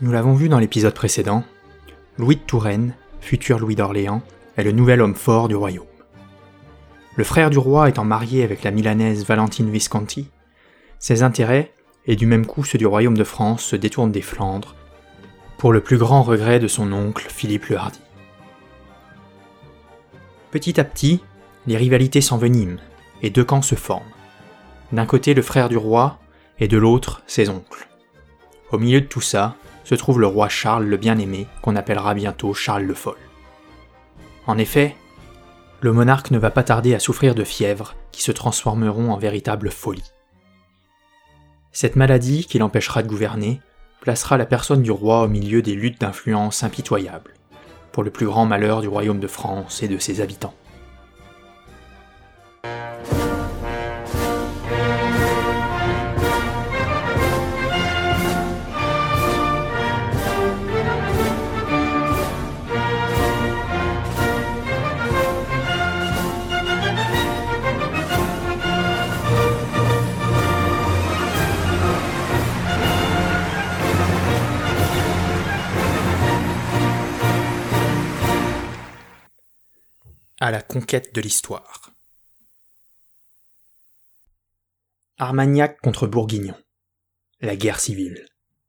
Nous l'avons vu dans l'épisode précédent, Louis de Touraine, futur Louis d'Orléans, est le nouvel homme fort du royaume. Le frère du roi étant marié avec la milanaise Valentine Visconti, ses intérêts, et du même coup ceux du royaume de France, se détournent des Flandres, pour le plus grand regret de son oncle Philippe le Hardi. Petit à petit, les rivalités s'enveniment, et deux camps se forment. D'un côté le frère du roi, et de l'autre ses oncles. Au milieu de tout ça, se trouve le roi Charles le Bien-Aimé, qu'on appellera bientôt Charles le Fol. En effet, le monarque ne va pas tarder à souffrir de fièvres qui se transformeront en véritable folie. Cette maladie, qui l'empêchera de gouverner, placera la personne du roi au milieu des luttes d'influence impitoyables, pour le plus grand malheur du royaume de France et de ses habitants. À la conquête de l'histoire. Armagnac contre Bourguignon. La guerre civile.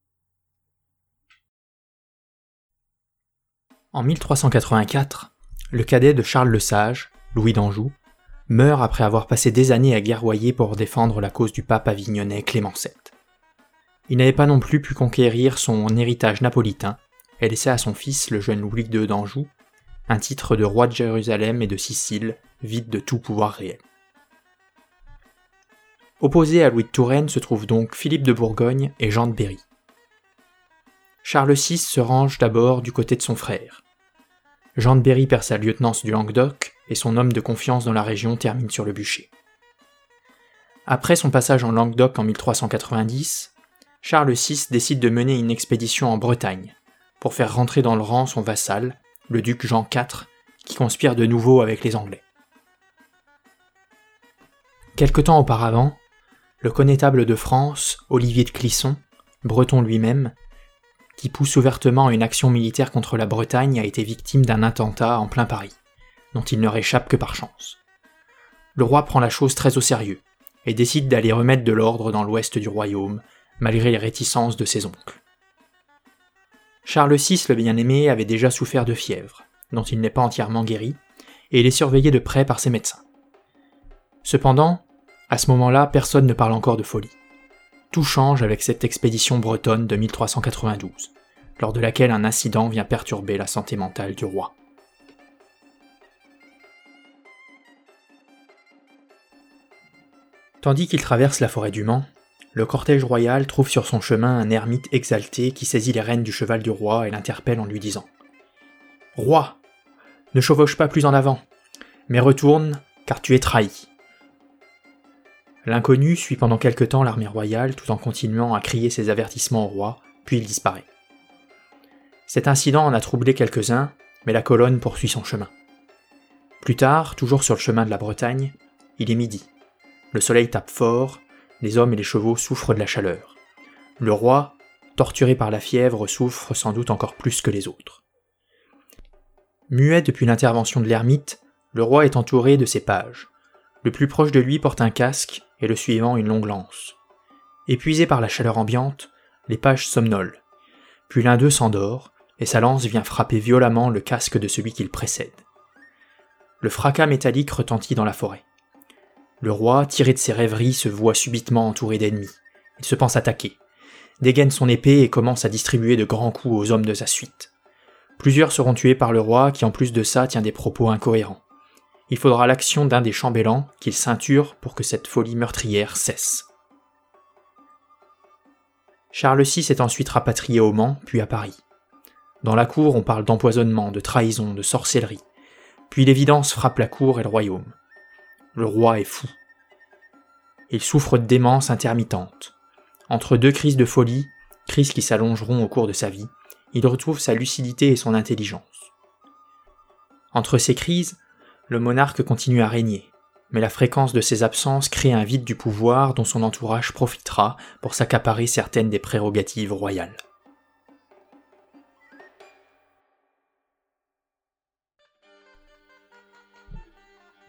En 1384, le cadet de Charles le Sage, Louis d'Anjou, meurt après avoir passé des années à guerroyer pour défendre la cause du pape avignonnais Clément VII. Il n'avait pas non plus pu conquérir son héritage napolitain et laissait à son fils, le jeune Louis II d'Anjou, un titre de roi de Jérusalem et de Sicile, vide de tout pouvoir réel. Opposé à Louis de Touraine se trouvent donc Philippe de Bourgogne et Jean de Berry. Charles VI se range d'abord du côté de son frère. Jean de Berry perd sa lieutenance du Languedoc et son homme de confiance dans la région termine sur le bûcher. Après son passage en Languedoc en 1390, Charles VI décide de mener une expédition en Bretagne pour faire rentrer dans le rang son vassal, le duc Jean IV, qui conspire de nouveau avec les Anglais. Quelque temps auparavant, le connétable de France, Olivier de Clisson, breton lui-même, qui pousse ouvertement une action militaire contre la Bretagne, a été victime d'un attentat en plein Paris, dont il ne réchappe que par chance. Le roi prend la chose très au sérieux, et décide d'aller remettre de l'ordre dans l'ouest du royaume, malgré les réticences de ses oncles. Charles VI le Bien-Aimé avait déjà souffert de fièvre, dont il n'est pas entièrement guéri, et il est surveillé de près par ses médecins. Cependant, à ce moment-là, personne ne parle encore de folie. Tout change avec cette expédition bretonne de 1392, lors de laquelle un incident vient perturber la santé mentale du roi. Tandis qu'il traverse la forêt du Mans, le cortège royal trouve sur son chemin un ermite exalté qui saisit les rênes du cheval du roi et l'interpelle en lui disant « Roi, ne chevauche pas plus en avant, mais retourne, car tu es trahi. » L'inconnu suit pendant quelque temps l'armée royale tout en continuant à crier ses avertissements au roi, puis il disparaît. Cet incident en a troublé quelques-uns, mais la colonne poursuit son chemin. Plus tard, toujours sur le chemin de la Bretagne, il est midi. Le soleil tape fort, les hommes et les chevaux souffrent de la chaleur. Le roi, torturé par la fièvre, souffre sans doute encore plus que les autres. Muet depuis l'intervention de l'ermite, le roi est entouré de ses pages. Le plus proche de lui porte un casque et le suivant une longue lance. Épuisé par la chaleur ambiante, les pages somnolent. Puis l'un d'eux s'endort et sa lance vient frapper violemment le casque de celui qui le précède. Le fracas métallique retentit dans la forêt. Le roi, tiré de ses rêveries, se voit subitement entouré d'ennemis. Il se pense attaquer, dégaine son épée et commence à distribuer de grands coups aux hommes de sa suite. Plusieurs seront tués par le roi qui en plus de ça tient des propos incohérents. Il faudra l'action d'un des chambellans qu'il ceinture pour que cette folie meurtrière cesse. Charles VI est ensuite rapatrié au Mans, puis à Paris. Dans la cour, on parle d'empoisonnement, de trahison, de sorcellerie. Puis l'évidence frappe la cour et le royaume. Le roi est fou. Il souffre de démence intermittente. Entre deux crises de folie, crises qui s'allongeront au cours de sa vie, il retrouve sa lucidité et son intelligence. Entre ces crises, le monarque continue à régner, mais la fréquence de ses absences crée un vide du pouvoir dont son entourage profitera pour s'accaparer certaines des prérogatives royales.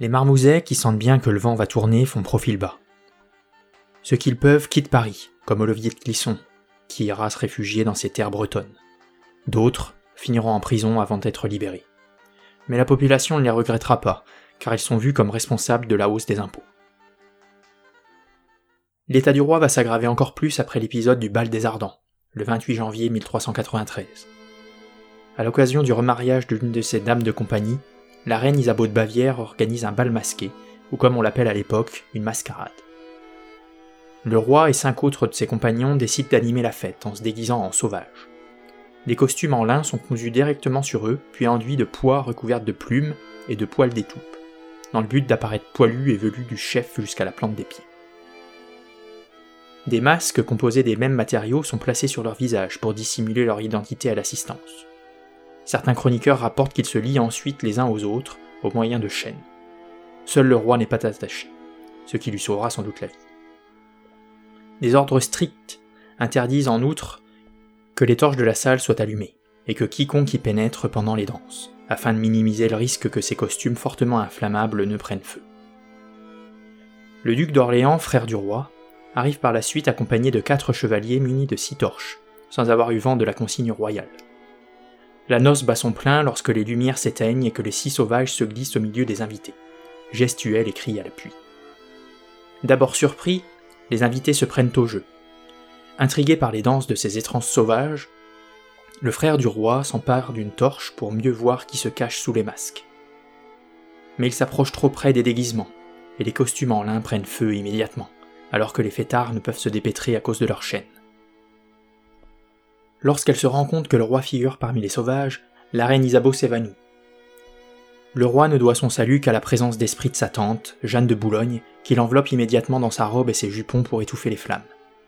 Les Marmousets, qui sentent bien que le vent va tourner, font profil bas. Ceux qu'ils peuvent quittent Paris, comme Olivier de Clisson, qui ira se réfugier dans ses terres bretonnes. D'autres finiront en prison avant d'être libérés. Mais la population ne les regrettera pas, car ils sont vus comme responsables de la hausse des impôts. L'état du roi va s'aggraver encore plus après l'épisode du bal des Ardents, le 28 janvier 1393. À l'occasion du remariage d'une de ses dames de compagnie, la reine Isabeau de Bavière organise un bal masqué, ou comme on l'appelle à l'époque, une mascarade. Le roi et 5 autres de ses compagnons décident d'animer la fête en se déguisant en sauvages. Des costumes en lin sont cousus directement sur eux, puis enduits de poix recouvertes de plumes et de poils d'étoupe, dans le but d'apparaître poilus et velus du chef jusqu'à la plante des pieds. Des masques composés des mêmes matériaux sont placés sur leur visage pour dissimuler leur identité à l'assistance. Certains chroniqueurs rapportent qu'ils se lient ensuite les uns aux autres au moyen de chaînes. Seul le roi n'est pas attaché, ce qui lui sauvera sans doute la vie. Des ordres stricts interdisent en outre que les torches de la salle soient allumées, et que quiconque y pénètre pendant les danses, afin de minimiser le risque que ces costumes fortement inflammables ne prennent feu. Le duc d'Orléans, frère du roi, arrive par la suite accompagné de 4 chevaliers munis de 6 torches, sans avoir eu vent de la consigne royale. La noce bat son plein lorsque les lumières s'éteignent et que les 6 sauvages se glissent au milieu des invités, gestuels et cris à l'appui. D'abord surpris, les invités se prennent au jeu. Intrigué par les danses de ces étranges sauvages, le frère du roi s'empare d'une torche pour mieux voir qui se cache sous les masques. Mais il s'approche trop près des déguisements, et les costumes en lin prennent feu immédiatement, alors que les fêtards ne peuvent se dépêtrer à cause de leurs chaînes. Lorsqu'elle se rend compte que le roi figure parmi les sauvages, la reine Isabeau s'évanouit. Le roi ne doit son salut qu'à la présence d'esprit de sa tante, Jeanne de Boulogne, qui l'enveloppe immédiatement dans sa robe et ses jupons pour étouffer les flammes.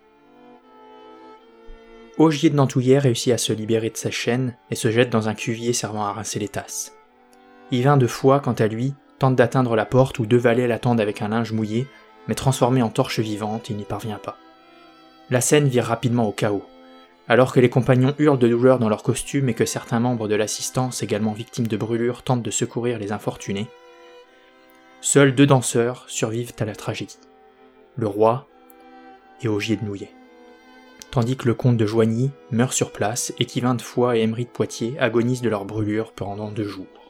Ogier de Nantouillet réussit à se libérer de sa chaîne et se jette dans un cuvier servant à rincer les tasses. Yvain de Foix, quant à lui, tente d'atteindre la porte où 2 valets l'attendent avec un linge mouillé, mais transformé en torche vivante, il n'y parvient pas. La scène vire rapidement au chaos. Alors que les compagnons hurlent de douleur dans leurs costumes et que certains membres de l'assistance, également victimes de brûlures, tentent de secourir les infortunés, seuls 2 danseurs survivent à la tragédie, le roi et Ogier de Nouillet. Tandis que le comte de Joigny meurt sur place et qu'Yvain de Foix et Aymeri de Poitiers agonisent de leurs brûlures pendant 2 jours.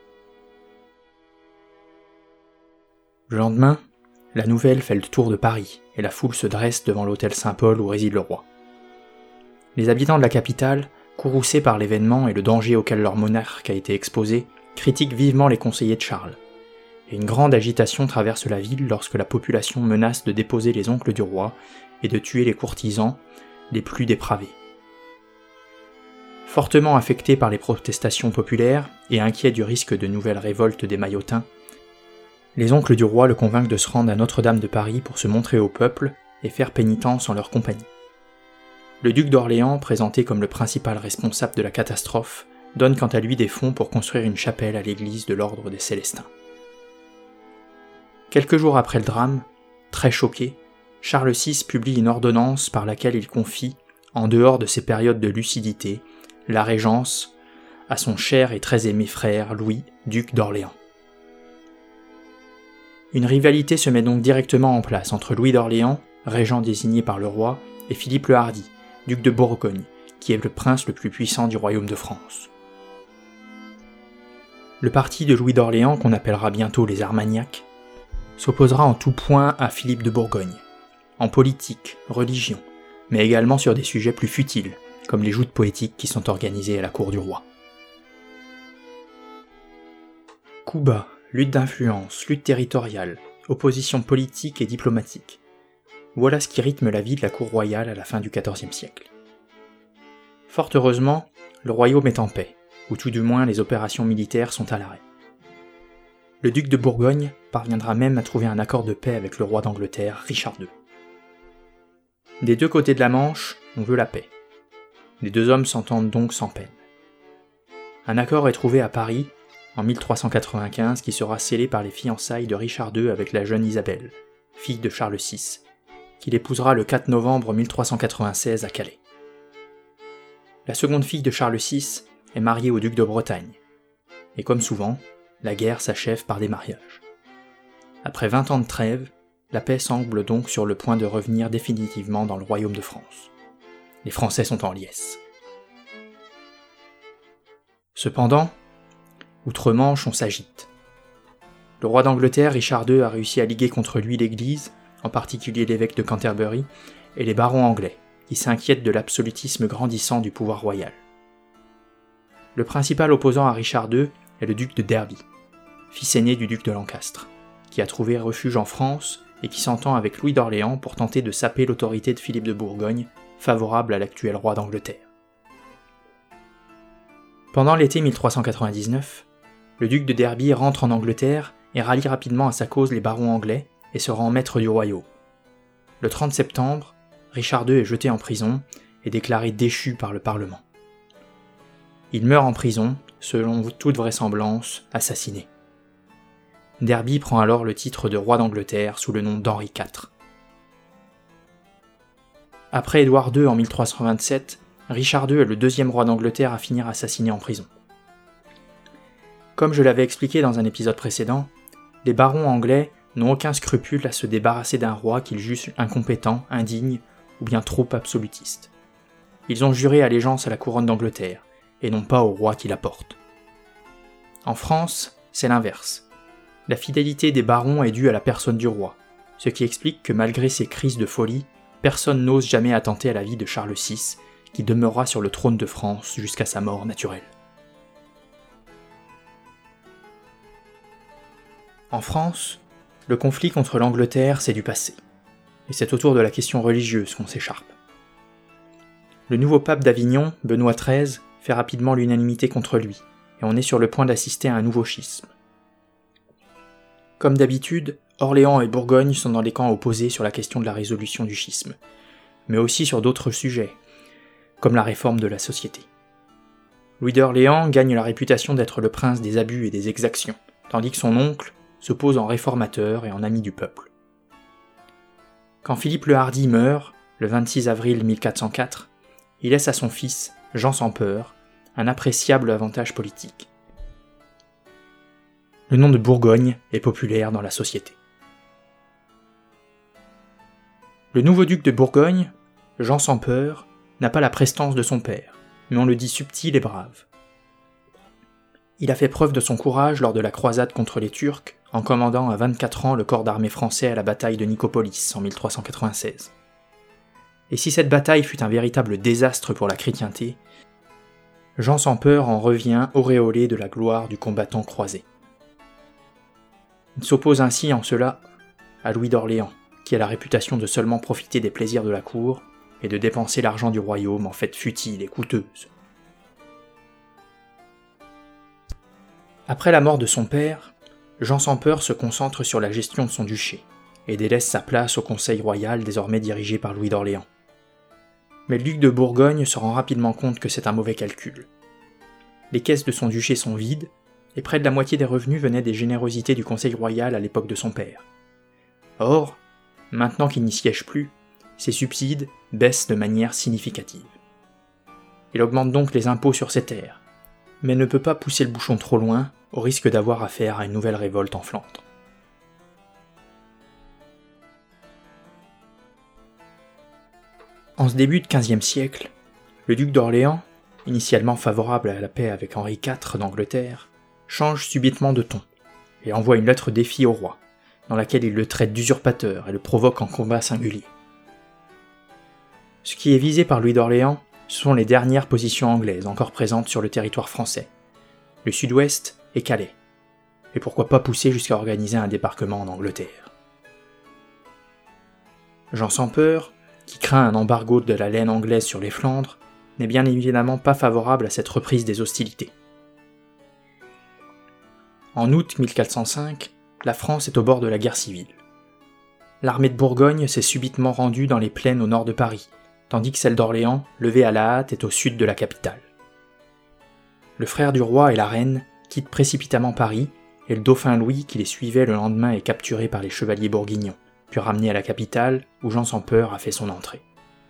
Le lendemain, la nouvelle fait le tour de Paris et la foule se dresse devant l'hôtel Saint-Paul où réside le roi. Les habitants de la capitale, courroucés par l'événement et le danger auquel leur monarque a été exposé, critiquent vivement les conseillers de Charles. Et une grande agitation traverse la ville lorsque la population menace de déposer les oncles du roi et de tuer les courtisans les plus dépravés. Fortement affectés par les protestations populaires et inquiets du risque de nouvelles révoltes des Maillotins, les oncles du roi le convainquent de se rendre à Notre-Dame de Paris pour se montrer au peuple et faire pénitence en leur compagnie. Le duc d'Orléans, présenté comme le principal responsable de la catastrophe, donne quant à lui des fonds pour construire une chapelle à l'église de l'ordre des Célestins. Quelques jours après le drame, très choqué, Charles VI publie une ordonnance par laquelle il confie, en dehors de ses périodes de lucidité, la régence à son cher et très aimé frère Louis, duc d'Orléans. Une rivalité se met donc directement en place entre Louis d'Orléans, régent désigné par le roi, et Philippe le Hardi, duc de Bourgogne, qui est le prince le plus puissant du royaume de France. Le parti de Louis d'Orléans, qu'on appellera bientôt les Armagnacs, s'opposera en tout point à Philippe de Bourgogne, en politique, religion, mais également sur des sujets plus futiles, comme les joutes poétiques qui sont organisées à la cour du roi. Coups bas, lutte d'influence, lutte territoriale, opposition politique et diplomatique. Voilà ce qui rythme la vie de la cour royale à la fin du XIVe siècle. Fort heureusement, le royaume est en paix, ou tout du moins les opérations militaires sont à l'arrêt. Le duc de Bourgogne parviendra même à trouver un accord de paix avec le roi d'Angleterre, Richard II. Des 2 côtés de la Manche, on veut la paix. Les 2 hommes s'entendent donc sans peine. Un accord est trouvé à Paris, en 1395, qui sera scellé par les fiançailles de Richard II avec la jeune Isabelle, fille de Charles VI, qu'il épousera le 4 novembre 1396 à Calais. La seconde fille de Charles VI est mariée au duc de Bretagne, et comme souvent, la guerre s'achève par des mariages. Après 20 ans de trêve, la paix semble donc sur le point de revenir définitivement dans le royaume de France. Les Français sont en liesse. Cependant, outre-Manche, on s'agite. Le roi d'Angleterre, Richard II, a réussi à liguer contre lui l'Église, en particulier l'évêque de Canterbury, et les barons anglais, qui s'inquiètent de l'absolutisme grandissant du pouvoir royal. Le principal opposant à Richard II est le duc de Derby, fils aîné du duc de Lancastre, qui a trouvé refuge en France et qui s'entend avec Louis d'Orléans pour tenter de saper l'autorité de Philippe de Bourgogne, favorable à l'actuel roi d'Angleterre. Pendant l'été 1399, le duc de Derby rentre en Angleterre et rallie rapidement à sa cause les barons anglais et se rend maître du royaume. Le 30 septembre, Richard II est jeté en prison et déclaré déchu par le Parlement. Il meurt en prison, selon toute vraisemblance, assassiné. Derby prend alors le titre de roi d'Angleterre sous le nom d'Henri IV. Après Édouard II en 1327, Richard II est le deuxième roi d'Angleterre à finir assassiné en prison. Comme je l'avais expliqué dans un épisode précédent, les barons anglais n'ont aucun scrupule à se débarrasser d'un roi qu'ils jugent incompétent, indigne ou bien trop absolutiste. Ils ont juré allégeance à la couronne d'Angleterre, et non pas au roi qui la porte. En France, c'est l'inverse. La fidélité des barons est due à la personne du roi, ce qui explique que malgré ses crises de folie, personne n'ose jamais attenter à la vie de Charles VI, qui demeurera sur le trône de France jusqu'à sa mort naturelle. En France, le conflit contre l'Angleterre, c'est du passé, et c'est autour de la question religieuse qu'on s'écharpe. Le nouveau pape d'Avignon, Benoît XIII, fait rapidement l'unanimité contre lui, et on est sur le point d'assister à un nouveau schisme. Comme d'habitude, Orléans et Bourgogne sont dans les camps opposés sur la question de la résolution du schisme, mais aussi sur d'autres sujets, comme la réforme de la société. Louis d'Orléans gagne la réputation d'être le prince des abus et des exactions, tandis que son oncle se pose en réformateur et en ami du peuple. Quand Philippe le Hardi meurt, le 26 avril 1404, il laisse à son fils, Jean sans peur, un appréciable avantage politique. Le nom de Bourgogne est populaire dans la société. Le nouveau duc de Bourgogne, Jean sans peur, n'a pas la prestance de son père, mais on le dit subtil et brave. Il a fait preuve de son courage lors de la croisade contre les Turcs, en commandant à 24 ans le corps d'armée français à la bataille de Nicopolis en 1396. Et si cette bataille fut un véritable désastre pour la chrétienté, Jean sans peur en revient auréolé de la gloire du combattant croisé. Il s'oppose ainsi en cela à Louis d'Orléans, qui a la réputation de seulement profiter des plaisirs de la cour et de dépenser l'argent du royaume en fêtes futiles et coûteuses. Après la mort de son père, Jean sans peur se concentre sur la gestion de son duché et délaisse sa place au conseil royal désormais dirigé par Louis d'Orléans. Mais le duc de Bourgogne se rend rapidement compte que c'est un mauvais calcul. Les caisses de son duché sont vides, et près de la moitié des revenus venaient des générosités du conseil royal à l'époque de son père. Or, maintenant qu'il n'y siège plus, ses subsides baissent de manière significative. Il augmente donc les impôts sur ses terres, mais ne peut pas pousser le bouchon trop loin, au risque d'avoir affaire à une nouvelle révolte en Flandre. En ce début de XVe siècle, le duc d'Orléans, initialement favorable à la paix avec Henri IV d'Angleterre, change subitement de ton et envoie une lettre défi au roi, dans laquelle il le traite d'usurpateur et le provoque en combat singulier. Ce qui est visé par Louis d'Orléans, ce sont les dernières positions anglaises encore présentes sur le territoire français, le sud-ouest et Calais, et pourquoi pas pousser jusqu'à organiser un débarquement en Angleterre. Jean sans peur, qui craint un embargo de la laine anglaise sur les Flandres, n'est bien évidemment pas favorable à cette reprise des hostilités. En août 1405, la France est au bord de la guerre civile. L'armée de Bourgogne s'est subitement rendue dans les plaines au nord de Paris, tandis que celle d'Orléans, levée à la hâte, est au sud de la capitale. Le frère du roi et la reine quittent précipitamment Paris, et le dauphin Louis, qui les suivait le lendemain, est capturé par les chevaliers bourguignons, puis ramené à la capitale, où Jean sans peur a fait son entrée.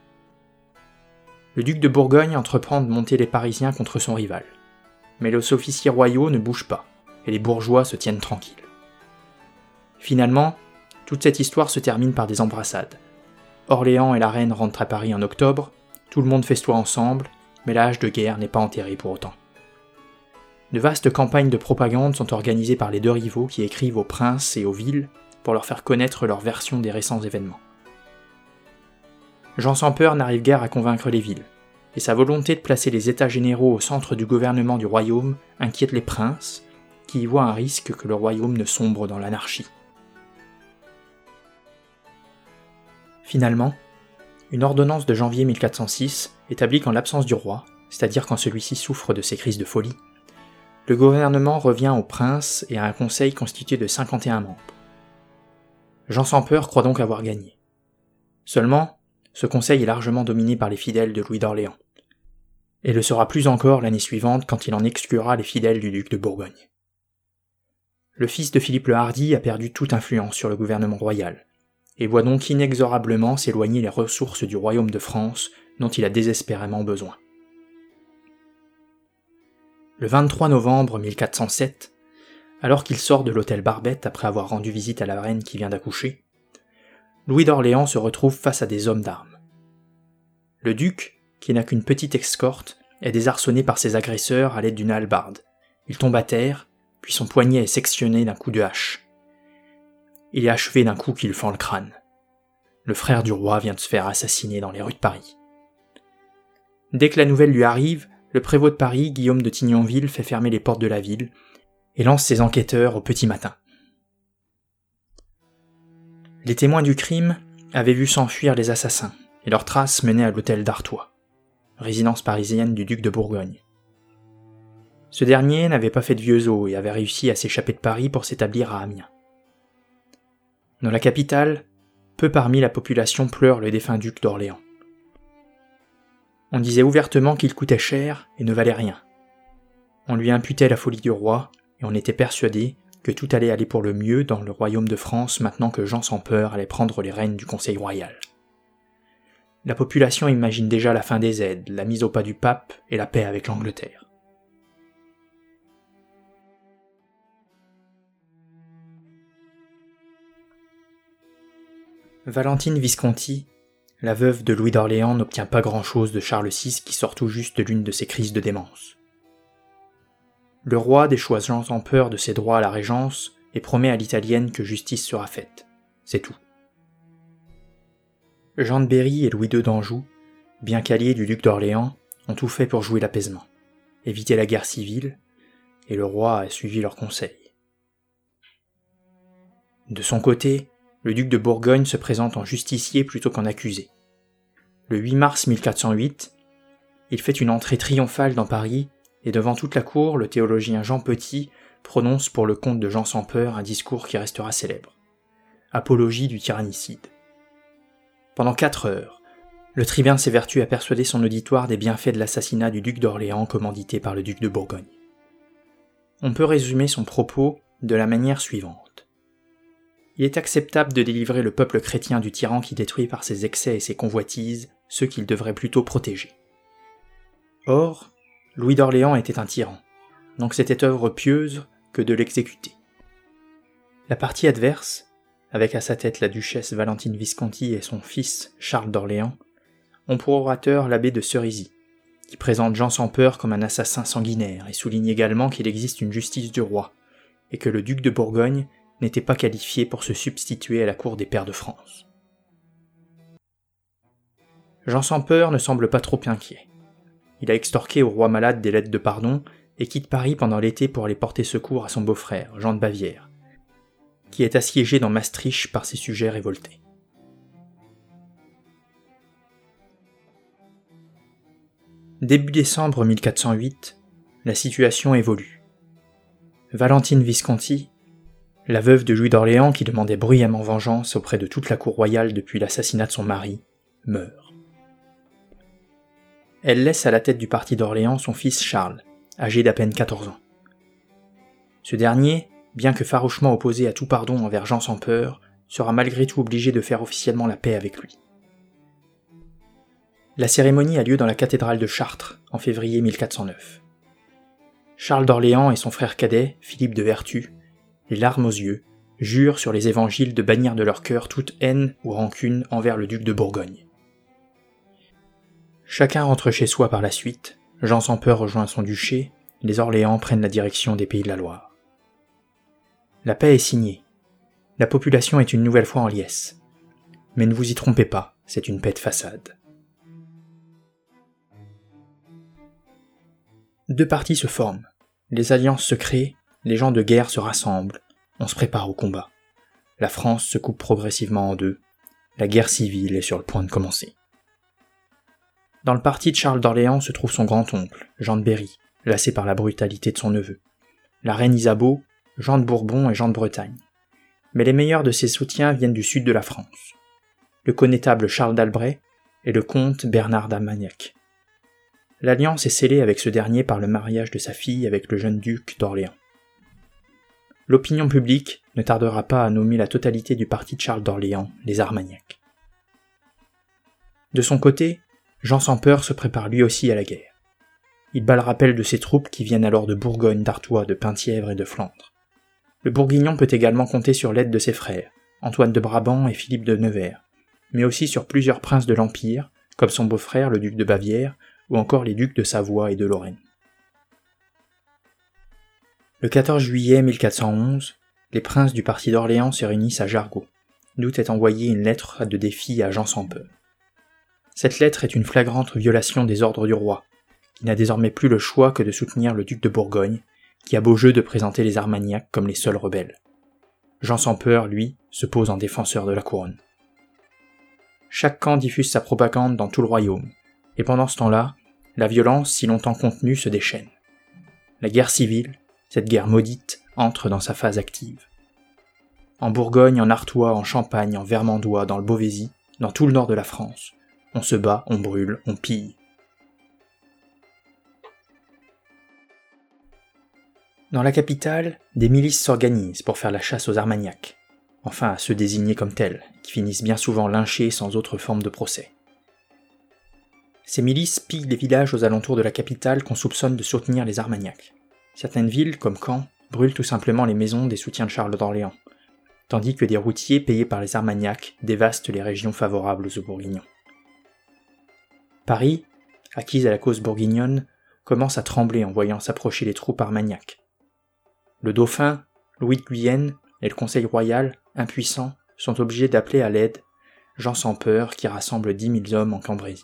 Le duc de Bourgogne entreprend de monter les Parisiens contre son rival. Mais les officiers royaux ne bougent pas, et les bourgeois se tiennent tranquilles. Finalement, toute cette histoire se termine par des embrassades. Orléans et la reine rentrent à Paris en octobre, tout le monde festoie ensemble, mais la hache de guerre n'est pas enterrée pour autant. De vastes campagnes de propagande sont organisées par les deux rivaux qui écrivent aux princes et aux villes pour leur faire connaître leur version des récents événements. Jean sans peur n'arrive guère à convaincre les villes, et sa volonté de placer les états généraux au centre du gouvernement du royaume inquiète les princes, qui y voient un risque que le royaume ne sombre dans l'anarchie. Finalement, une ordonnance de janvier 1406 établit qu'en l'absence du roi, c'est-à-dire quand celui-ci souffre de ses crises de folie, le gouvernement revient aux princes et à un conseil constitué de 51 membres. Jean sans peur croit donc avoir gagné. Seulement, ce conseil est largement dominé par les fidèles de Louis d'Orléans, et le sera plus encore l'année suivante quand il en exclura les fidèles du duc de Bourgogne. Le fils de Philippe le Hardi a perdu toute influence sur le gouvernement royal, et voit donc inexorablement s'éloigner les ressources du royaume de France dont il a désespérément besoin. Le 23 novembre 1407, alors qu'il sort de l'hôtel Barbette après avoir rendu visite à la reine qui vient d'accoucher, Louis d'Orléans se retrouve face à des hommes d'armes. Le duc, qui n'a qu'une petite escorte, est désarçonné par ses agresseurs à l'aide d'une hallebarde. Il tombe à terre, puis son poignet est sectionné d'un coup de hache. Il est achevé d'un coup qui lui fend le crâne. Le frère du roi vient de se faire assassiner dans les rues de Paris. Dès que la nouvelle lui arrive, le prévôt de Paris, Guillaume de Tignonville, fait fermer les portes de la ville et lance ses enquêteurs au petit matin. Les témoins du crime avaient vu s'enfuir les assassins et leurs traces menaient à l'hôtel d'Artois, résidence parisienne du duc de Bourgogne. Ce dernier n'avait pas fait de vieux os et avait réussi à s'échapper de Paris pour s'établir à Amiens. Dans la capitale, peu parmi la population pleure le défunt duc d'Orléans. On disait ouvertement qu'il coûtait cher et ne valait rien. On lui imputait la folie du roi, et on était persuadé que tout allait aller pour le mieux dans le royaume de France maintenant que Jean sans peur allait prendre les rênes du Conseil royal. La population imagine déjà la fin des aides, la mise au pas du pape et la paix avec l'Angleterre. Valentine Visconti, la veuve de Louis d'Orléans, n'obtient pas grand-chose de Charles VI qui sort tout juste de l'une de ses crises de démence. Le roi déchoit Jean sans peur de ses droits à la régence et promet à l'italienne que justice sera faite. C'est tout. Jean de Berry et Louis II d'Anjou, bien qu'alliés du duc d'Orléans, ont tout fait pour jouer l'apaisement, éviter la guerre civile, et le roi a suivi leurs conseils. De son côté, le duc de Bourgogne se présente en justicier plutôt qu'en accusé. Le 8 mars 1408, il fait une entrée triomphale dans Paris et devant toute la cour, le théologien Jean Petit prononce pour le compte de Jean sans peur un discours qui restera célèbre. Apologie du tyrannicide. Pendant 4 heures, le tribun s'évertue à persuader son auditoire des bienfaits de l'assassinat du duc d'Orléans commandité par le duc de Bourgogne. On peut résumer son propos de la manière suivante. Il est acceptable de délivrer le peuple chrétien du tyran qui détruit par ses excès et ses convoitises ceux qu'il devrait plutôt protéger. Or, Louis d'Orléans était un tyran, donc c'était œuvre pieuse que de l'exécuter. La partie adverse, avec à sa tête la duchesse Valentine Visconti et son fils Charles d'Orléans, ont pour orateur l'abbé de Cerisy, qui présente Jean sans peur comme un assassin sanguinaire et souligne également qu'il existe une justice du roi, et que le duc de Bourgogne n'était pas qualifié pour se substituer à la cour des pairs de France. Jean sans peur ne semble pas trop inquiet. Il a extorqué au roi malade des lettres de pardon et quitte Paris pendant l'été pour aller porter secours à son beau-frère, Jean de Bavière, qui est assiégé dans Maastricht par ses sujets révoltés. Début décembre 1408, la situation évolue. Valentine Visconti, la veuve de Louis d'Orléans qui demandait bruyamment vengeance auprès de toute la cour royale depuis l'assassinat de son mari, meurt. Elle laisse à la tête du parti d'Orléans son fils Charles, âgé d'à peine 14 ans. Ce dernier, bien que farouchement opposé à tout pardon envers Jean sans peur, sera malgré tout obligé de faire officiellement la paix avec lui. La cérémonie a lieu dans la cathédrale de Chartres, en février 1409. Charles d'Orléans et son frère cadet, Philippe de Vertus, les larmes aux yeux, jurent sur les évangiles de bannir de leur cœur toute haine ou rancune envers le duc de Bourgogne. Chacun rentre chez soi par la suite, Jean sans peur rejoint son duché, les Orléans prennent la direction des Pays de la Loire. La paix est signée. La population est une nouvelle fois en liesse. Mais ne vous y trompez pas, c'est une paix de façade. Deux partis se forment. Les alliances se créent, les gens de guerre se rassemblent, on se prépare au combat. La France se coupe progressivement en deux. La guerre civile est sur le point de commencer. Dans le parti de Charles d'Orléans se trouve son grand-oncle, Jean de Berry, lassé par la brutalité de son neveu. La reine Isabeau, Jean de Bourbon et Jean de Bretagne. Mais les meilleurs de ses soutiens viennent du sud de la France. Le connétable Charles d'Albret et le comte Bernard d'Armagnac. L'alliance est scellée avec ce dernier par le mariage de sa fille avec le jeune duc d'Orléans. L'opinion publique ne tardera pas à nommer la totalité du parti de Charles d'Orléans les Armagnacs. De son côté, Jean sans peur se prépare lui aussi à la guerre. Il bat le rappel de ses troupes qui viennent alors de Bourgogne, d'Artois, de Penthièvre et de Flandre. Le Bourguignon peut également compter sur l'aide de ses frères, Antoine de Brabant et Philippe de Nevers, mais aussi sur plusieurs princes de l'Empire, comme son beau-frère le duc de Bavière, ou encore les ducs de Savoie et de Lorraine. Le 14 juillet 1411, les princes du parti d'Orléans se réunissent à Jargeau, d'où est envoyée une lettre de défi à Jean sans peur. Cette lettre est une flagrante violation des ordres du roi, qui n'a désormais plus le choix que de soutenir le duc de Bourgogne, qui a beau jeu de présenter les Armagnacs comme les seuls rebelles. Jean sans peur, lui, se pose en défenseur de la couronne. Chaque camp diffuse sa propagande dans tout le royaume, et pendant ce temps-là, la violence, si longtemps contenue, se déchaîne. La guerre civile, cette guerre maudite, entre dans sa phase active. En Bourgogne, en Artois, en Champagne, en Vermandois, dans le Beauvaisis, dans tout le nord de la France, on se bat, on brûle, on pille. Dans la capitale, des milices s'organisent pour faire la chasse aux Armagnacs, enfin à ceux désignés comme tels, qui finissent bien souvent lynchés sans autre forme de procès. Ces milices pillent les villages aux alentours de la capitale qu'on soupçonne de soutenir les Armagnacs. Certaines villes, comme Caen, brûlent tout simplement les maisons des soutiens de Charles d'Orléans, tandis que des routiers payés par les Armagnacs dévastent les régions favorables aux Bourguignons. Paris, acquise à la cause bourguignonne, commence à trembler en voyant s'approcher les troupes armagnacs. Le dauphin, Louis de Guyenne et le conseil royal, impuissants, sont obligés d'appeler à l'aide Jean sans peur qui rassemble 10 000 hommes en Cambrésis.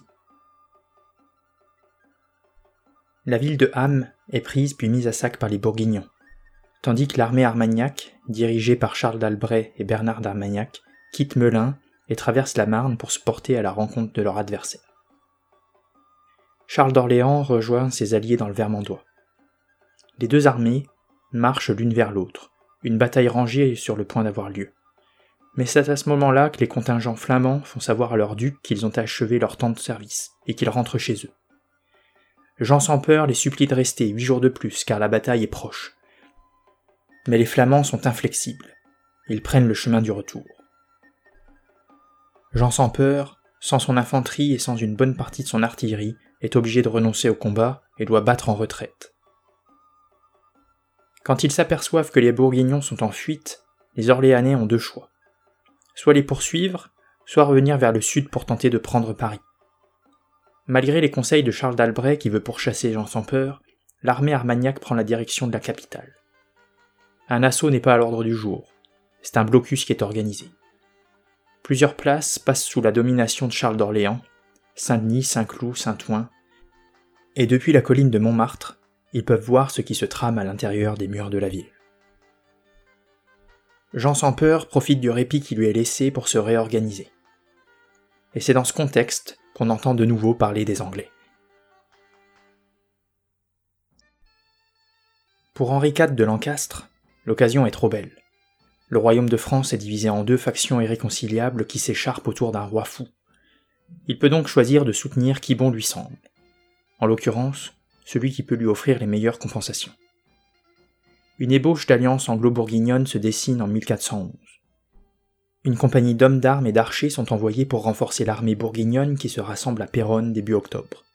La ville de Ham est prise puis mise à sac par les Bourguignons, tandis que l'armée armagnac, dirigée par Charles d'Albret et Bernard d'Armagnac, quitte Melun et traverse la Marne pour se porter à la rencontre de leur adversaire. Charles d'Orléans rejoint ses alliés dans le Vermandois. Les deux armées marchent l'une vers l'autre, une bataille rangée est sur le point d'avoir lieu. Mais c'est à ce moment-là que les contingents flamands font savoir à leur duc qu'ils ont achevé leur temps de service et qu'ils rentrent chez eux. Jean sans peur les supplie de rester 8 jours de plus car la bataille est proche. Mais les Flamands sont inflexibles. Ils prennent le chemin du retour. Jean sans peur, sans son infanterie et sans une bonne partie de son artillerie, est obligé de renoncer au combat et doit battre en retraite. Quand ils s'aperçoivent que les Bourguignons sont en fuite, les Orléanais ont deux choix. Soit les poursuivre, soit revenir vers le sud pour tenter de prendre Paris. Malgré les conseils de Charles d'Albret qui veut pourchasser Jean sans peur, l'armée armagnac prend la direction de la capitale. Un assaut n'est pas à l'ordre du jour, c'est un blocus qui est organisé. Plusieurs places passent sous la domination de Charles d'Orléans, Saint-Denis, Saint-Cloud, Saint-Ouen, et depuis la colline de Montmartre, ils peuvent voir ce qui se trame à l'intérieur des murs de la ville. Jean sans peur profite du répit qui lui est laissé pour se réorganiser. Et c'est dans ce contexte qu'on entend de nouveau parler des Anglais. Pour Henri IV de Lancastre, l'occasion est trop belle. Le royaume de France est divisé en deux factions irréconciliables qui s'écharpent autour d'un roi fou. Il peut donc choisir de soutenir qui bon lui semble. En l'occurrence, celui qui peut lui offrir les meilleures compensations. Une ébauche d'alliance anglo-bourguignonne se dessine en 1411. Une compagnie d'hommes d'armes et d'archers sont envoyés pour renforcer l'armée bourguignonne qui se rassemble à Péronne début octobre.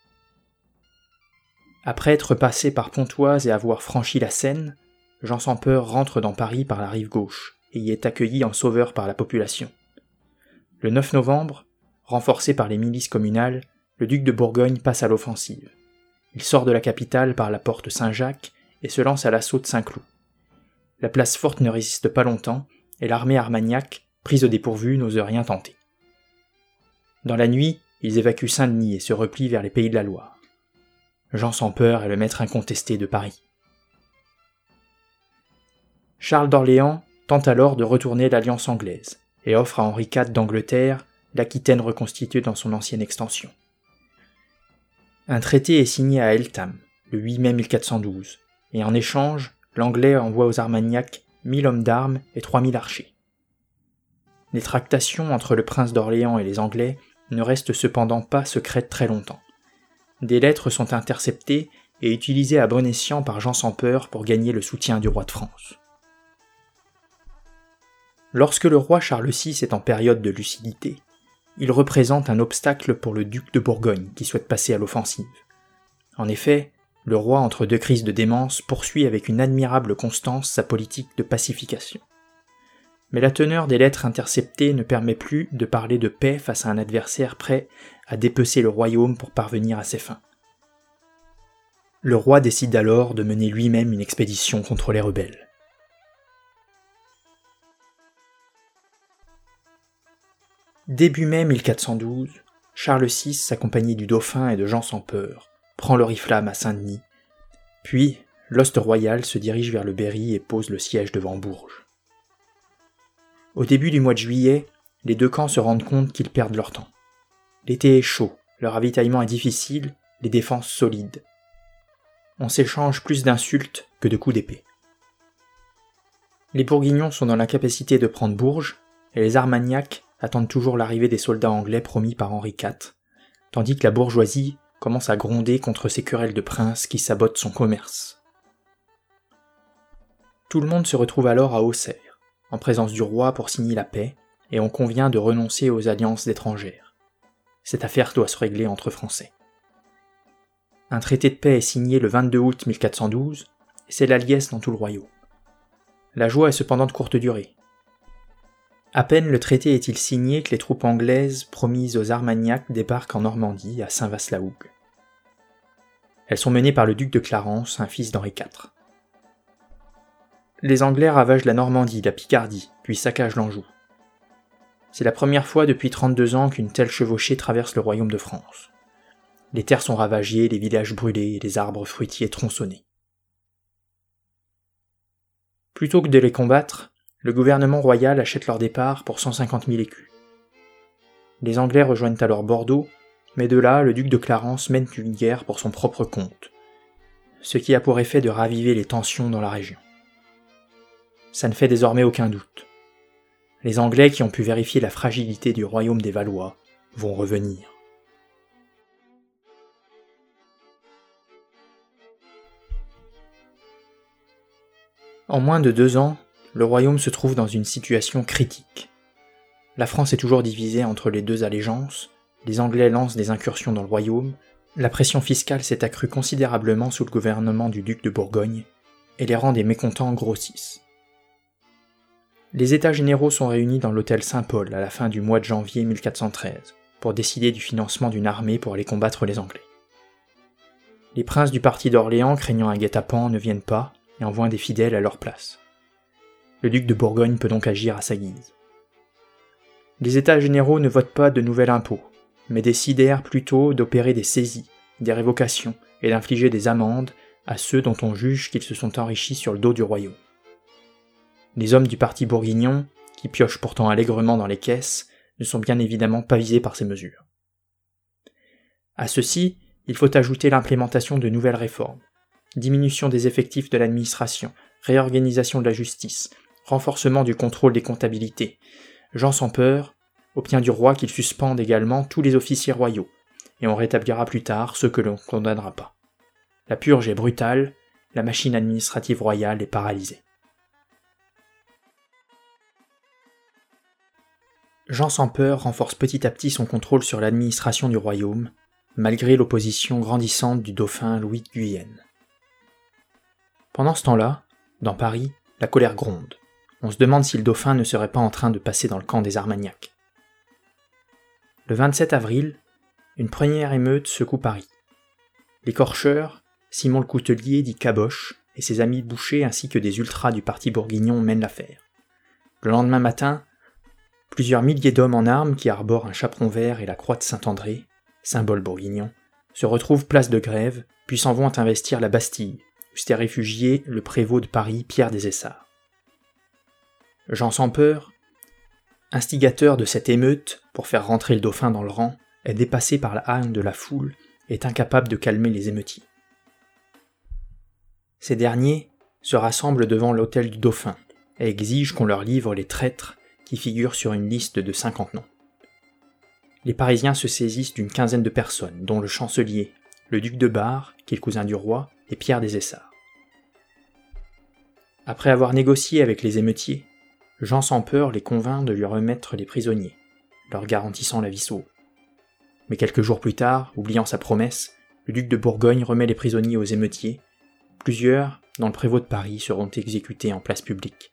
Après être passé par Pontoise et avoir franchi la Seine, Jean sans peur rentre dans Paris par la rive gauche, et y est accueilli en sauveur par la population. Le 9 novembre, renforcé par les milices communales, le duc de Bourgogne passe à l'offensive. Il sort de la capitale par la porte Saint-Jacques et se lance à l'assaut de Saint-Cloud. La place forte ne résiste pas longtemps et l'armée armagnac, prise au dépourvu, n'ose rien tenter. Dans la nuit, ils évacuent Saint-Denis et se replient vers les Pays de la Loire. Jean sans peur est le maître incontesté de Paris. Charles d'Orléans tente alors de retourner l'alliance anglaise et offre à Henri IV d'Angleterre l'Aquitaine reconstituée dans son ancienne extension. Un traité est signé à Eltham, le 8 mai 1412, et en échange, l'Anglais envoie aux Armagnacs 1000 hommes d'armes et 3000 archers. Les tractations entre le prince d'Orléans et les Anglais ne restent cependant pas secrètes très longtemps. Des lettres sont interceptées et utilisées à bon escient par Jean sans peur pour gagner le soutien du roi de France. Lorsque le roi Charles VI est en période de lucidité, il représente un obstacle pour le duc de Bourgogne qui souhaite passer à l'offensive. En effet, le roi, entre deux crises de démence, poursuit avec une admirable constance sa politique de pacification. Mais la teneur des lettres interceptées ne permet plus de parler de paix face à un adversaire prêt à dépecer le royaume pour parvenir à ses fins. Le roi décide alors de mener lui-même une expédition contre les rebelles. Début mai 1412, Charles VI, accompagné du dauphin et de Jean sans peur, prend l'oriflamme à Saint-Denis, puis l'hoste royale se dirige vers le Berry et pose le siège devant Bourges. Au début du mois de juillet, les deux camps se rendent compte qu'ils perdent leur temps. L'été est chaud, le ravitaillement est difficile, les défenses solides. On s'échange plus d'insultes que de coups d'épée. Les Bourguignons sont dans l'incapacité de prendre Bourges, et les Armagnacs attendent toujours l'arrivée des soldats anglais promis par Henri IV, tandis que la bourgeoisie commence à gronder contre ces querelles de princes qui sabotent son commerce. Tout le monde se retrouve alors à Auxerre, en présence du roi pour signer la paix, et on convient de renoncer aux alliances étrangères. Cette affaire doit se régler entre Français. Un traité de paix est signé le 22 août 1412, et c'est la liesse dans tout le royaume. La joie est cependant de courte durée. À peine le traité est-il signé que les troupes anglaises promises aux Armagnacs débarquent en Normandie, à Saint-Vaast-la-Hougue. Elles sont menées par le duc de Clarence, un fils d'Henri IV. Les Anglais ravagent la Normandie, la Picardie, puis saccagent l'Anjou. C'est la première fois depuis 32 ans qu'une telle chevauchée traverse le royaume de France. Les terres sont ravagées, les villages brûlés et les arbres fruitiers tronçonnés. Plutôt que de les combattre, le gouvernement royal achète leur départ pour 150 000 écus. Les Anglais rejoignent alors Bordeaux, mais de là, le duc de Clarence mène une guerre pour son propre compte, ce qui a pour effet de raviver les tensions dans la région. Ça ne fait désormais aucun doute. Les Anglais qui ont pu vérifier la fragilité du royaume des Valois vont revenir. En moins de 2 ans, le royaume se trouve dans une situation critique. La France est toujours divisée entre les deux allégeances, les Anglais lancent des incursions dans le royaume, la pression fiscale s'est accrue considérablement sous le gouvernement du duc de Bourgogne, et les rangs des mécontents grossissent. Les États généraux sont réunis dans l'hôtel Saint-Paul à la fin du mois de janvier 1413, pour décider du financement d'une armée pour aller combattre les Anglais. Les princes du parti d'Orléans, craignant un guet-apens, ne viennent pas et envoient des fidèles à leur place. Le duc de Bourgogne peut donc agir à sa guise. Les États généraux ne votent pas de nouvel impôt, mais décidèrent plutôt d'opérer des saisies, des révocations et d'infliger des amendes à ceux dont on juge qu'ils se sont enrichis sur le dos du royaume. Les hommes du parti bourguignon, qui piochent pourtant allègrement dans les caisses, ne sont bien évidemment pas visés par ces mesures. À ceci, il faut ajouter l'implémentation de nouvelles réformes, diminution des effectifs de l'administration, réorganisation de la justice, renforcement du contrôle des comptabilités. Jean sans peur obtient du roi qu'il suspende également tous les officiers royaux, et on rétablira plus tard ceux que l'on ne condamnera pas. La purge est brutale, la machine administrative royale est paralysée. Jean sans peur renforce petit à petit son contrôle sur l'administration du royaume, malgré l'opposition grandissante du dauphin Louis de Guyenne. Pendant ce temps-là, dans Paris, la colère gronde. On se demande si le dauphin ne serait pas en train de passer dans le camp des Armagnacs. Le 27 avril, une première émeute secoue Paris. L'écorcheur, Simon le Coutelier dit Caboche, et ses amis bouchers ainsi que des ultras du parti bourguignon mènent l'affaire. Le lendemain matin, plusieurs milliers d'hommes en armes qui arborent un chaperon vert et la croix de Saint-André, symbole bourguignon, se retrouvent place de Grève, puis s'en vont investir la Bastille, où s'était réfugié le prévôt de Paris, Pierre des Essarts. Jean sans peur, instigateur de cette émeute pour faire rentrer le dauphin dans le rang, est dépassé par la haine de la foule et est incapable de calmer les émeutiers. Ces derniers se rassemblent devant l'hôtel du dauphin et exigent qu'on leur livre les traîtres qui figurent sur une liste de 50 noms. Les Parisiens se saisissent d'une quinzaine de personnes, dont le chancelier, le duc de Bar, qui est le cousin du roi, et Pierre des Essarts. Après avoir négocié avec les émeutiers, Jean sans peur les convainc de lui remettre les prisonniers, leur garantissant la vie sauve. Mais quelques jours plus tard, oubliant sa promesse, le duc de Bourgogne remet les prisonniers aux émeutiers. Plusieurs, dont le prévôt de Paris, seront exécutés en place publique.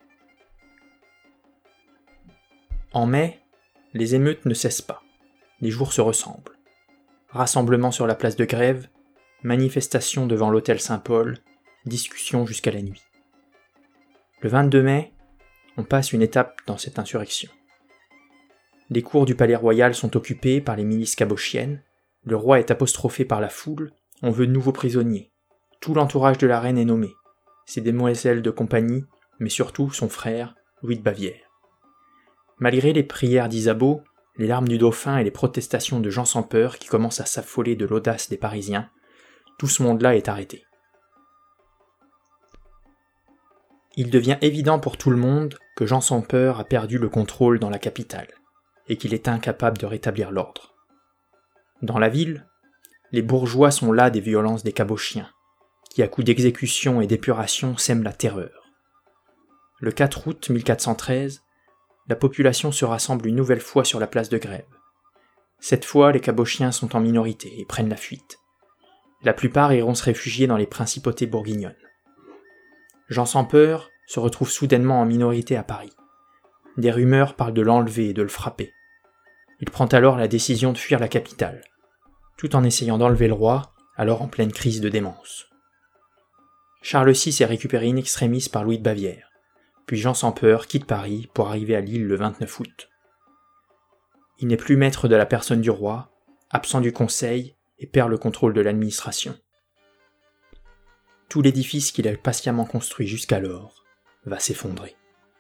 En mai, les émeutes ne cessent pas. Les jours se ressemblent. Rassemblement sur la place de Grève, manifestation devant l'hôtel Saint-Paul, discussion jusqu'à la nuit. Le 22 mai, on passe une étape dans cette insurrection. Les cours du palais royal sont occupés par les milices cabochiennes, le roi est apostrophé par la foule, on veut de nouveaux prisonniers. Tout l'entourage de la reine est nommé. Ses demoiselles de compagnie, mais surtout son frère, Louis de Bavière. Malgré les prières d'Isabeau, les larmes du dauphin et les protestations de Jean sans peur qui commencent à s'affoler de l'audace des Parisiens, tout ce monde-là est arrêté. Il devient évident pour tout le monde que Jean sans peur a perdu le contrôle dans la capitale, et qu'il est incapable de rétablir l'ordre. Dans la ville, les bourgeois sont las des violences des cabochiens, qui à coups d'exécution et d'épuration sèment la terreur. Le 4 août 1413, la population se rassemble une nouvelle fois sur la place de Grève. Cette fois, les cabochiens sont en minorité et prennent la fuite. La plupart iront se réfugier dans les principautés bourguignonnes. Jean sans peur se retrouve soudainement en minorité à Paris. Des rumeurs parlent de l'enlever et de le frapper. Il prend alors la décision de fuir la capitale, tout en essayant d'enlever le roi, alors en pleine crise de démence. Charles VI est récupéré in extremis par Louis de Bavière, puis Jean sans peur quitte Paris pour arriver à Lille le 29 août. Il n'est plus maître de la personne du roi, absent du conseil et perd le contrôle de l'administration. Tout l'édifice qu'il a patiemment construit jusqu'alors va s'effondrer.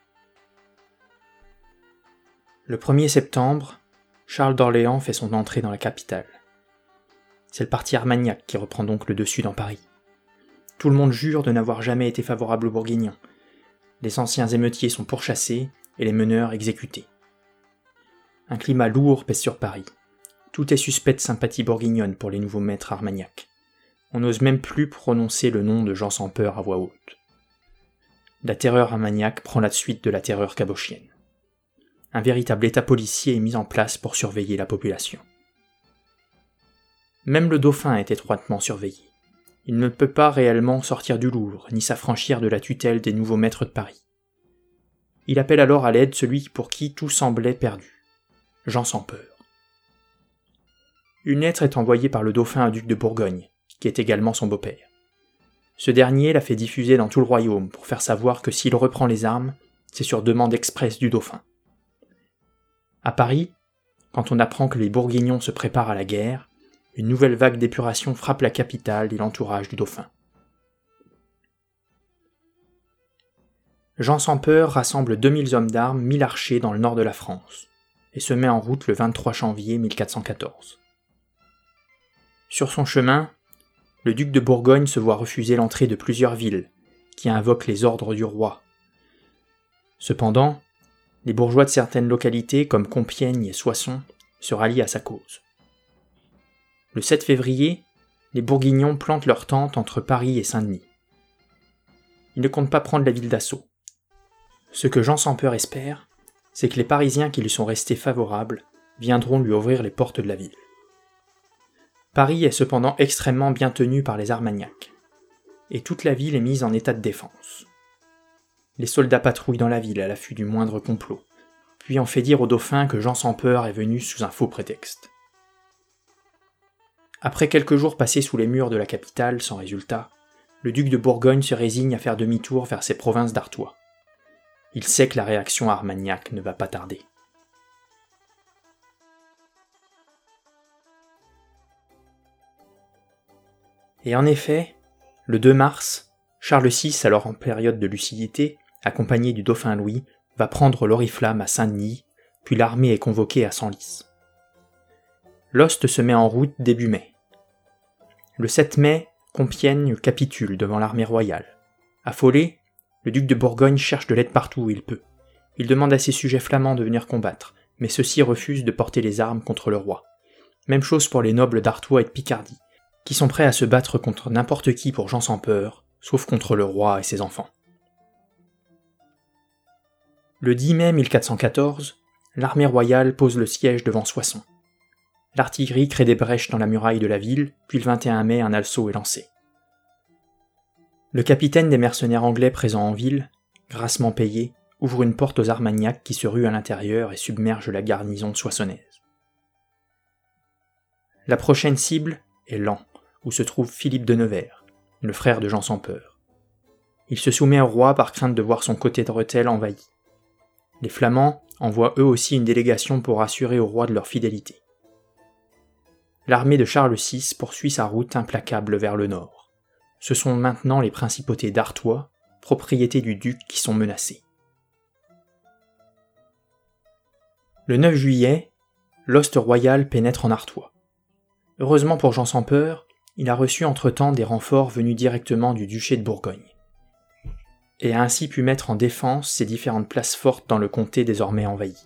Le 1er septembre, Charles d'Orléans fait son entrée dans la capitale. C'est le parti Armagnac qui reprend donc le dessus dans Paris. Tout le monde jure de n'avoir jamais été favorable aux Bourguignons. Les anciens émeutiers sont pourchassés et les meneurs exécutés. Un climat lourd pèse sur Paris. Tout est suspect de sympathie bourguignonne pour les nouveaux maîtres Armagnac. On n'ose même plus prononcer le nom de Jean sans peur à voix haute. La terreur armagnac prend la suite de la terreur cabochienne. Un véritable état policier est mis en place pour surveiller la population. Même le dauphin est étroitement surveillé. Il ne peut pas réellement sortir du Louvre, ni s'affranchir de la tutelle des nouveaux maîtres de Paris. Il appelle alors à l'aide celui pour qui tout semblait perdu, Jean sans peur. Une lettre est envoyée par le dauphin au duc de Bourgogne, qui est également son beau-père. Ce dernier la fait diffuser dans tout le royaume pour faire savoir que s'il reprend les armes, c'est sur demande expresse du dauphin. À Paris, quand on apprend que les Bourguignons se préparent à la guerre, une nouvelle vague d'épuration frappe la capitale et l'entourage du dauphin. Jean sans peur rassemble 2000 hommes d'armes, 1000 archers dans le nord de la France, et se met en route le 23 janvier 1414. Sur son chemin, le duc de Bourgogne se voit refuser l'entrée de plusieurs villes, qui invoquent les ordres du roi. Cependant, les bourgeois de certaines localités comme Compiègne et Soissons se rallient à sa cause. Le 7 février, les Bourguignons plantent leur tente entre Paris et Saint-Denis. Ils ne comptent pas prendre la ville d'assaut. Ce que Jean sans peur espère, c'est que les Parisiens qui lui sont restés favorables viendront lui ouvrir les portes de la ville. Paris est cependant extrêmement bien tenu par les Armagnacs, et toute la ville est mise en état de défense. les soldats patrouillent dans la ville à l'affût du moindre complot, puis on fait dire au dauphin que Jean sans peur est venu sous un faux prétexte. Après quelques jours passés sous les murs de la capitale sans résultat, le duc de Bourgogne se résigne à faire demi-tour vers ses provinces d'Artois. Il sait que la réaction à Armagnac ne va pas tarder. Et en effet, le 2 mars, Charles VI, alors en période de lucidité, accompagné du dauphin Louis, va prendre l'oriflamme à Saint-Denis, puis l'armée est convoquée à Senlis. L'Ost se met en route début mai. Le 7 mai, Compiègne capitule devant l'armée royale. Affolé, le duc de Bourgogne cherche de l'aide partout où il peut. Il demande à ses sujets flamands de venir combattre, mais ceux-ci refusent de porter les armes contre le roi. Même chose pour les nobles d'Artois et de Picardie, qui sont prêts à se battre contre n'importe qui pour Jean sans peur, sauf contre le roi et ses enfants. Le 10 mai 1414, l'armée royale pose le siège devant Soissons. L'artillerie crée des brèches dans la muraille de la ville, puis le 21 mai, un assaut est lancé. Le capitaine des mercenaires anglais présents en ville, grassement payé, ouvre une porte aux Armagnacs qui se ruent à l'intérieur et submergent la garnison soissonnaise. La prochaine cible est Laon, où se trouve Philippe de Nevers, le frère de Jean sans peur. Il se soumet au roi par crainte de voir son côté de Rethel envahi. Les Flamands envoient eux aussi une délégation pour assurer au roi de leur fidélité. L'armée de Charles VI poursuit sa route implacable vers le nord. Ce sont maintenant les principautés d'Artois, propriété du duc, qui sont menacées. Le 9 juillet, l'hoste royal pénètre en Artois. Heureusement pour Jean sans peur, il a reçu entre-temps des renforts venus directement du duché de Bourgogne, et a ainsi pu mettre en défense ses différentes places fortes dans le comté désormais envahi.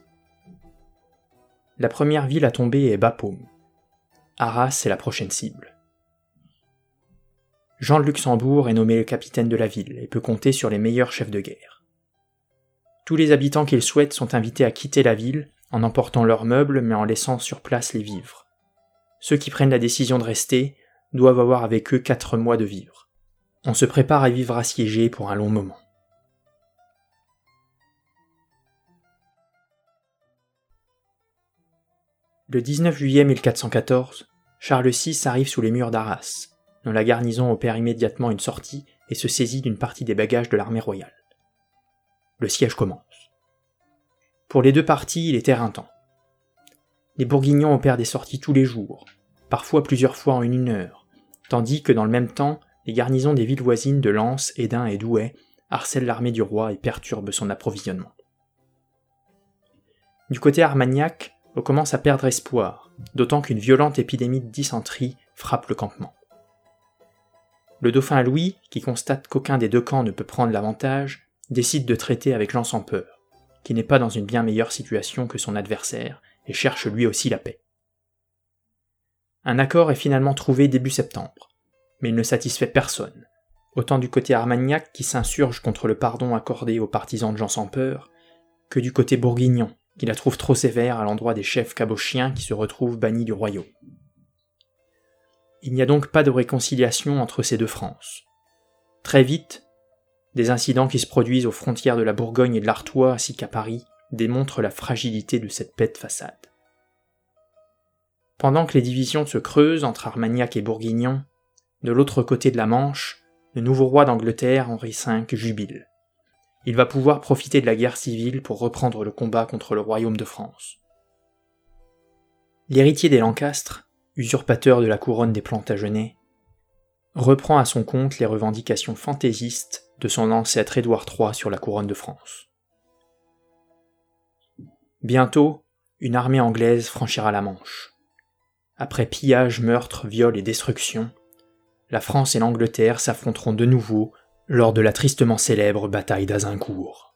La première ville à tomber est Bapaume. Arras est la prochaine cible. Jean de Luxembourg est nommé capitaine de la ville et peut compter sur les meilleurs chefs de guerre. Tous les habitants qu'il souhaite sont invités à quitter la ville en emportant leurs meubles mais en laissant sur place les vivres. Ceux qui prennent la décision de rester doivent avoir avec eux 4 mois de vivres. On se prépare à vivre assiégé pour un long moment. Le 19 juillet 1414, Charles VI arrive sous les murs d'Arras, dont la garnison opère immédiatement une sortie et se saisit d'une partie des bagages de l'armée royale. Le siège commence. Pour les deux parties, il est éreintant. Les Bourguignons opèrent des sorties tous les jours, parfois plusieurs fois en une heure, tandis que dans le même temps, les garnisons des villes voisines de Lens, Hesdin et Douai harcèlent l'armée du roi et perturbent son approvisionnement. Du côté armagnac, on commence à perdre espoir, d'autant qu'une violente épidémie de dysenterie frappe le campement. Le dauphin Louis, qui constate qu'aucun des deux camps ne peut prendre l'avantage, décide de traiter avec Jean sans peur, qui n'est pas dans une bien meilleure situation que son adversaire et cherche lui aussi la paix. Un accord est finalement trouvé début septembre, mais il ne satisfait personne, autant du côté armagnac qui s'insurge contre le pardon accordé aux partisans de Jean sans peur, que du côté bourguignon, qui la trouve trop sévère à l'endroit des chefs cabochiens qui se retrouvent bannis du royaume. Il n'y a donc pas de réconciliation entre ces deux Frances. Très vite, des incidents qui se produisent aux frontières de la Bourgogne et de l'Artois ainsi qu'à Paris démontrent la fragilité de cette paix de façade. Pendant que les divisions se creusent entre Armagnac et Bourguignon, de l'autre côté de la Manche, le nouveau roi d'Angleterre, Henri V, jubile. Il va pouvoir profiter de la guerre civile pour reprendre le combat contre le royaume de France. L'héritier des Lancastre, usurpateur de la couronne des Plantagenets, reprend à son compte les revendications fantaisistes de son ancêtre Édouard III sur la couronne de France. Bientôt, une armée anglaise franchira la Manche. Après pillage, meurtre, viol et destruction, la France et l'Angleterre s'affronteront de nouveau lors de la tristement célèbre bataille d'Azincourt.